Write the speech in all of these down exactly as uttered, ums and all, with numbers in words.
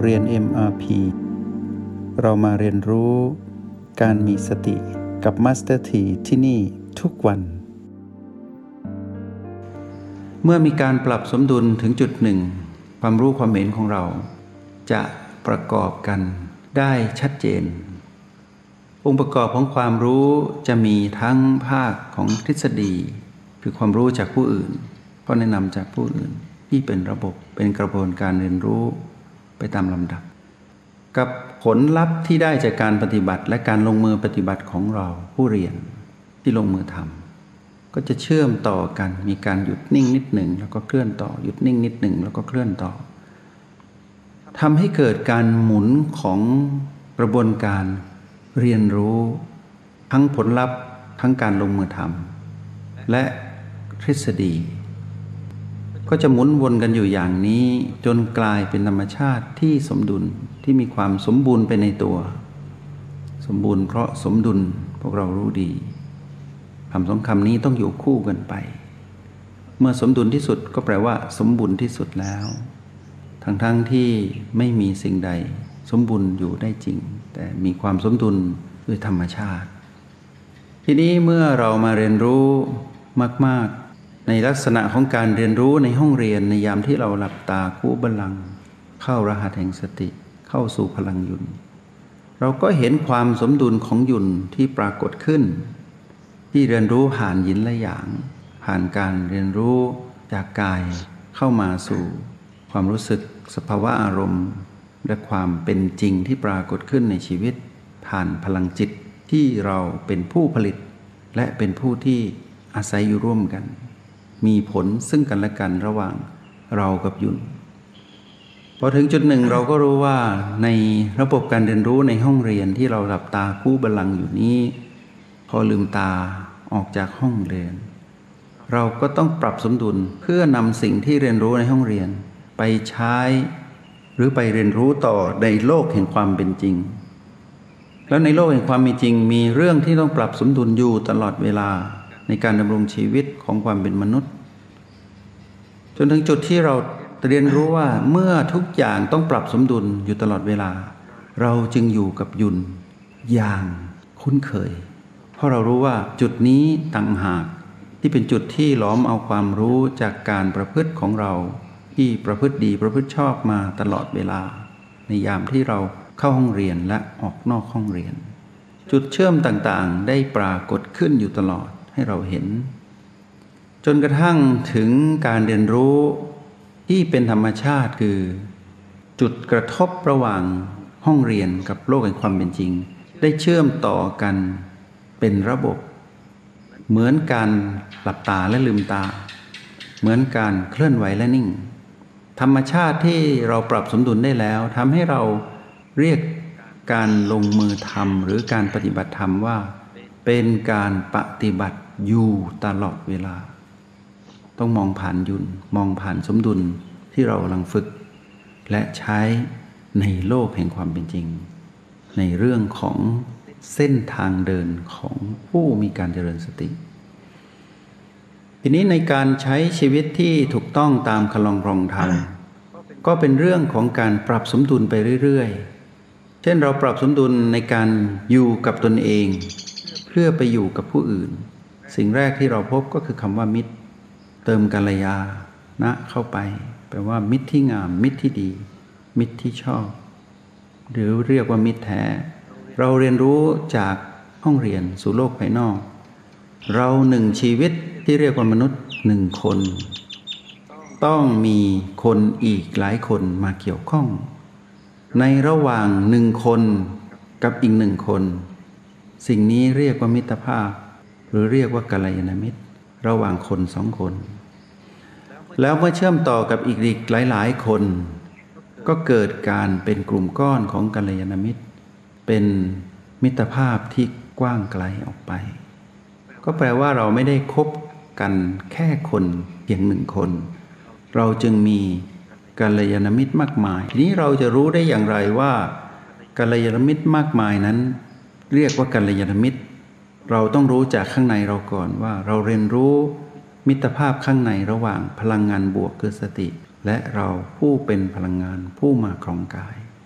เรียน เอ็ม อาร์ พี เรามาเรียนรู้การมีสติกับ Master T ที่นี่ทุกวันเมื่อมีการปรับสมดุลถึงจุดหนึ่งความรู้ความเห็นของเราจะประกอบกันได้ชัดเจนองค์ประกอบของความรู้จะมีทั้งภาคของทฤษฎีคือความรู้จากผู้อื่นข้อแนะนำจากผู้อื่นที่เป็นระบบเป็นกระบวนการเรียนรู้ไปตามลำดับกับผลลัพธ์ที่ได้จากการปฏิบัติและการลงมือปฏิบัติของเราผู้เรียนที่ลงมือทำก็จะเชื่อมต่อกันมีการหยุดนิ่งนิดหนึ่งแล้วก็เคลื่อนต่อหยุดนิ่งนิดหนึ่งแล้วก็เคลื่อนต่อทำให้เกิดการหมุนของกระบวนการเรียนรู้ทั้งผลลัพธ์ทั้งการลงมือทำและทฤษฎีก็จะหมุนวนกันอยู่อย่างนี้จนกลายเป็นธรรมชาติที่สมดุลที่มีความสมบูรณ์ไปในตัวสมบูรณ์เพราะสมดุลพวกเรารู้ดีคำสองคำนี้ต้องอยู่คู่กันไปเมื่อสมดุลที่สุดก็แปลว่าสมบูรณ์ที่สุดแล้วทั้งทั้งที่ไม่มีสิ่งใดสมบูรณ์อยู่ได้จริงแต่มีความสมดุลด้วยธรรมชาติทีนี้เมื่อเรามาเรียนรู้มากๆในลักษณะของการเรียนรู้ในห้องเรียนในยามที่เราหลับตาคู่บัลลังก์เข้ารหัสแห่งสติเข้าสู่พลังยุนเราก็เห็นความสมดุลของยุนที่ปรากฏขึ้นที่เรียนรู้ผ่านหยินและหยางผ่านการเรียนรู้จากกายเข้ามาสู่ความรู้สึกสภาวะอารมณ์และความเป็นจริงที่ปรากฏขึ้นในชีวิตผ่านพลังจิตที่เราเป็นผู้ผลิตและเป็นผู้ที่อาศัยอยู่ร่วมกันมีผลซึ่งกันและกันระหว่างเรากับยุนพอถึงจุดหนึ่งเราก็รู้ว่าในระบบการเรียนรู้ในห้องเรียนที่เราหลับตาคู่บัลลังก์อยู่นี้พอลืมตาออกจากห้องเรียนเราก็ต้องปรับสมดุลเพื่อนำสิ่งที่เรียนรู้ในห้องเรียนไปใช้หรือไปเรียนรู้ต่อในโลกแห่งความเป็นจริงแล้วในโลกแห่งความเป็นจริงมีเรื่องที่ต้องปรับสมดุลอยู่ตลอดเวลาในการดำรงชีวิตของความเป็นมนุษย์จนถึงจุดที่เราเรียนรู้ว่าเมื่อทุกอย่างต้องปรับสมดุลอยู่ตลอดเวลาเราจึงอยู่กับยุนอย่างคุ้นเคยเพราะเรารู้ว่าจุดนี้ต่างหากที่เป็นจุดที่หลอมเอาความรู้จากการประพฤติของเราที่ประพฤติดีประพฤติชอบมาตลอดเวลาในยามที่เราเข้าห้องเรียนและออกนอกห้องเรียนจุดเชื่อมต่างๆได้ปรากฏขึ้นอยู่ตลอดให้เราเห็นจนกระทั่งถึงการเรียนรู้ที่เป็นธรรมชาติคือจุดกระทบระหว่างห้องเรียนกับโลกแห่งความเป็นจริงได้เชื่อมต่อกันเป็นระบบเหมือนการหลับตาและลืมตาเหมือนการเคลื่อนไหวและนิ่งธรรมชาติที่เราปรับสมดุลได้แล้วทำให้เราเรียกการลงมือทำหรือการปฏิบัติธรรมว่าเป็นการปฏิบัติอยู่ตลอดเวลาต้องมองผ่านยุนมองผ่านสมดุลที่เรากำลังฝึกและใช้ในโลกแห่งความเป็นจริงในเรื่องของเส้นทางเดินของผู้มีการเจริญสติทีนี้ในการใช้ชีวิตที่ถูกต้องตามคำลองครองธรรมก็เป็นเรื่องของการปรับสมดุลไปเรื่อยๆเช่นเราปรับสมดุลในการอยู่กับตนเองเพื่อไปอยู่กับผู้อื่นสิ่งแรกที่เราพบก็คือคำว่ามิตรเติมกัลยาณะเข้าไปแปลว่ามิตรที่งามมิตรที่ดีมิตรที่ชอบหรือเรียกว่ามิตรแท้เราเรียนรู้จากห้องเรียนสู่โลกภายนอกเราหนึ่งชีวิตที่เรียกว่ามนุษย์หนึ่งคนต้องมีคนอีกหลายคนมาเกี่ยวข้องในระหว่างหนึ่งคนกับอีกหนึ่งคนสิ่งนี้เรียกว่ามิตรภาพหรือเรียกว่ากัลยาณมิตรระหว่างคนสองคนแล้วเมื่อเชื่อมต่อกับอีกหลายๆคนก็เกิดการเป็นกลุ่มก้อนของกัลยาณมิตรเป็นมิตรภาพที่กว้างไกลออกไปก็แปลว่าเราไม่ได้คบกันแค่คนเพียงหนึ่งคนเราจึงมีกัลยาณมิตรมากมายทีนี้เราจะรู้ได้อย่างไรว่ากัลยาณมิตรมากมายนั้นเรียกว่ากัลยาณมิตรเราต้องรู้จากข้างในเราก่อนว่าเราเรียนรู้มิตรภาพข้างในระหว่างพลังงานบวกคือสติและเราผู้เป็นพลังงานผู้มาครองกาย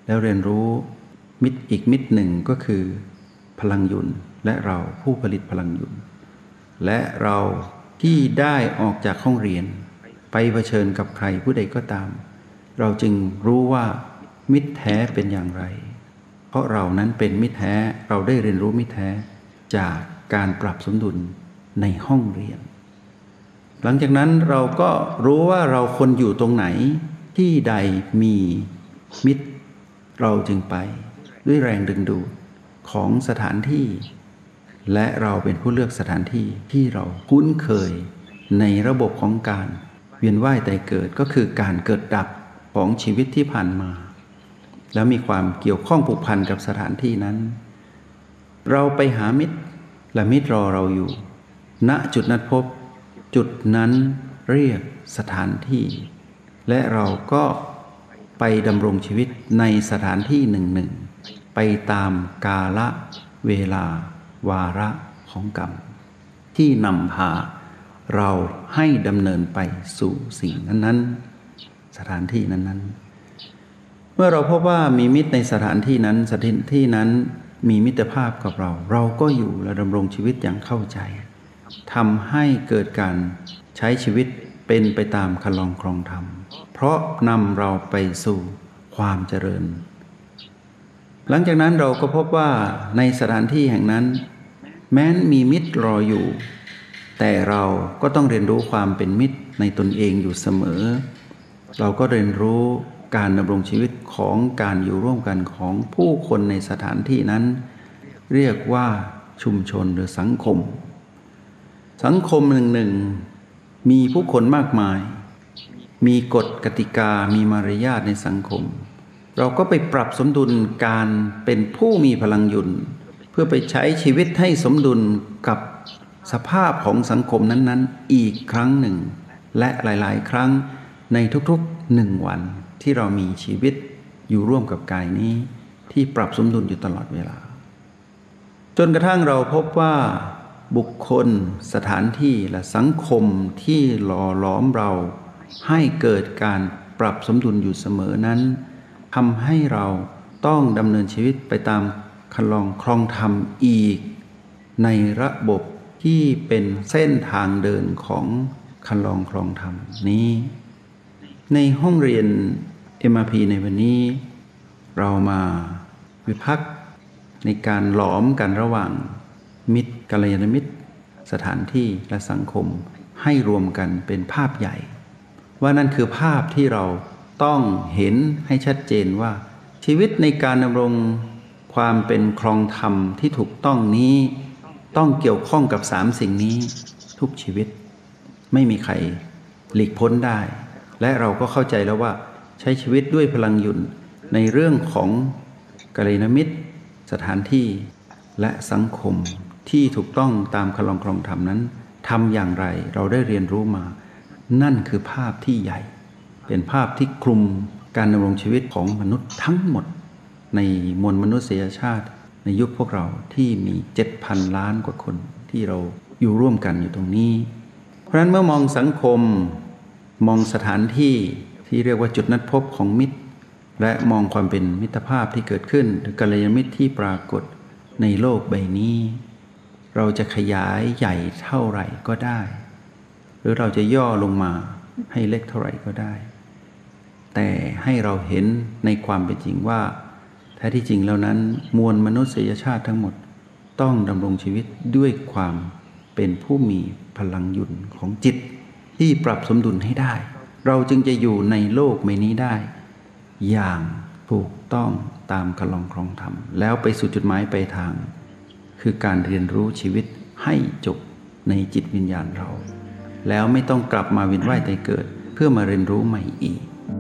แล้วเรียนรู้มิตรอีกมิตรหนึ่งก็คือพลังยุนต์และเราผู้ผลิตพลังยุนต์และเราที่ได้ออกจากห้องเรียนไปเผชิญกับใครผู้ใดก็ตามเราจึงรู้ว่ามิตรแท้เป็นอย่างไรเพราะเรานั้นเป็นมิตรแท้เราได้เรียนรู้มิตรแท้จากการปรับสมดุลในห้องเรียนหลังจากนั้นเราก็รู้ว่าเราควรอยู่ตรงไหนที่ใดมีมิตรเราจึงไปด้วยแรงดึงดูดของสถานที่และเราเป็นผู้เลือกสถานที่ที่เราคุ้นเคยในระบบของการเวียนว่ายตายเกิดก็คือการเกิดดับของชีวิตที่ผ่านมาแล้วมีความเกี่ยวข้องผูกพันกับสถานที่นั้นเราไปหามิตรและมิตรรอเราอยู่ณจุดนัดพบจุดนั้นเรียกสถานที่และเราก็ไปดำรงชีวิตในสถานที่หนึ่งหนึ่งไปตามกาลเวลาวาระของกรรมที่นำพาเราให้ดำเนินไปสู่สิ่งนั้นๆสถานที่นั้นๆเมื่อเราพบว่ามีมิตรในสถานที่นั้นสถานที่นั้นมีมิตรภาพกับเราเราก็อยู่และดำรงชีวิตอย่างเข้าใจทำให้เกิดการใช้ชีวิตเป็นไปตามคันลองครองธรรมเพราะนำเราไปสู่ความเจริญหลังจากนั้นเราก็พบว่าในสถานที่แห่งนั้นแม้นมีมิตรรออยู่แต่เราก็ต้องเรียนรู้ความเป็นมิตรในตนเองอยู่เสมอเราก็เรียนรู้การดำรงชีวิตของการอยู่ร่วมกันของผู้คนในสถานที่นั้นเรียกว่าชุมชนหรือสังคมสังคมหนึ่งหนึ่งมีผู้คนมากมายมีกฎกติกามีมารยาทในสังคมเราก็ไปปรับสมดุลการเป็นผู้มีพลังยุนต์เพื่อไปใช้ชีวิตให้สมดุลกับสภาพของสังคมนั้นๆอีกครั้งหนึ่งและหลายๆครั้งในทุกๆหนึ่งวันที่เรามีชีวิตอยู่ร่วมกับกายนี้ที่ปรับสมดุลอยู่ตลอดเวลาจนกระทั่งเราพบว่าบุคคลสถานที่และสังคมที่หล่อหลอมเราให้เกิดการปรับสมดุลอยู่เสมอนั้นทำให้เราต้องดำเนินชีวิตไปตามคันลองครองธรรมอีกในระบบที่เป็นเส้นทางเดินของคันลองครองธรรมนี้ในห้องเรียน เอ็ม อาร์ พี ในวันนี้เรามาวิพักษ์ในการหลอมกันระหว่างมิตรกัลยาณมิตรสถานที่และสังคมให้รวมกันเป็นภาพใหญ่ว่านั่นคือภาพที่เราต้องเห็นให้ชัดเจนว่าชีวิตในการดำรงความเป็นครองธรรมที่ถูกต้องนี้ต้องเกี่ยวข้องกับสามสิ่งนี้ทุกชีวิตไม่มีใครหลีกพ้นได้และเราก็เข้าใจแล้วว่าใช้ชีวิตด้วยพลังยุนต์ในเรื่องของกัลยาณมิตรสถานที่และสังคมที่ถูกต้องตามคันลองครองธรรมนั้นทำอย่างไรเราได้เรียนรู้มานั่นคือภาพที่ใหญ่เป็นภาพที่คลุมการดำรงชีวิตของมนุษย์ทั้งหมดในมวลมนุษยชาติในยุคพวกเราที่มี เจ็ดพัน ล้านกว่าคนที่เราอยู่ร่วมกันอยู่ตรงนี้เพราะฉะนั้นเมื่อมองสังคมมองสถานที่ที่เรียกว่าจุดนัดพบของมิตรและมองความเป็นมิตรภาพที่เกิดขึ้นหรือกัลยาณมิตรที่ปรากฏในโลกใบนี้เราจะขยายใหญ่เท่าไหร่ก็ได้หรือเราจะย่อลงมาให้เล็กเท่าไหร่ก็ได้แต่ให้เราเห็นในความเป็นจริงว่าแท้ที่จริงแล้วนั้นมวลมนุษยชาติทั้งหมดต้องดำรงชีวิตด้วยความเป็นผู้มีพลังยุนต์ของจิตที่ปรับสมดุลให้ได้เราจึงจะอยู่ในโลกใบนี้ได้อย่างถูกต้องตามคันลองครองธรรมแล้วไปสู่จุดหมายปลายทางคือการเรียนรู้ชีวิตให้จบในจิตวิญญาณเราแล้วไม่ต้องกลับมาเวียนว่ายตายเกิดเพื่อมาเรียนรู้ใหม่อีก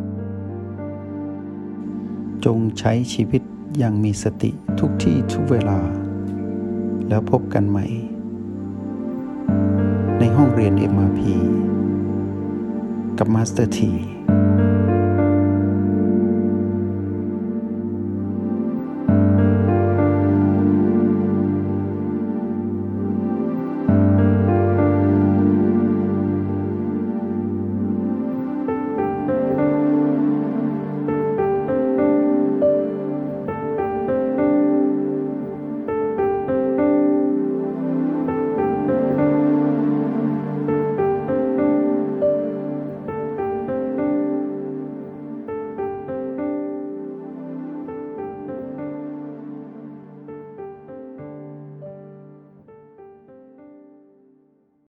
จงใช้ชีวิตอย่างมีสติทุกที่ทุกเวลาแล้วพบกันใหม่ในห้องเรียน เอ็ม อาร์ พี กับมาสเตอร์ ที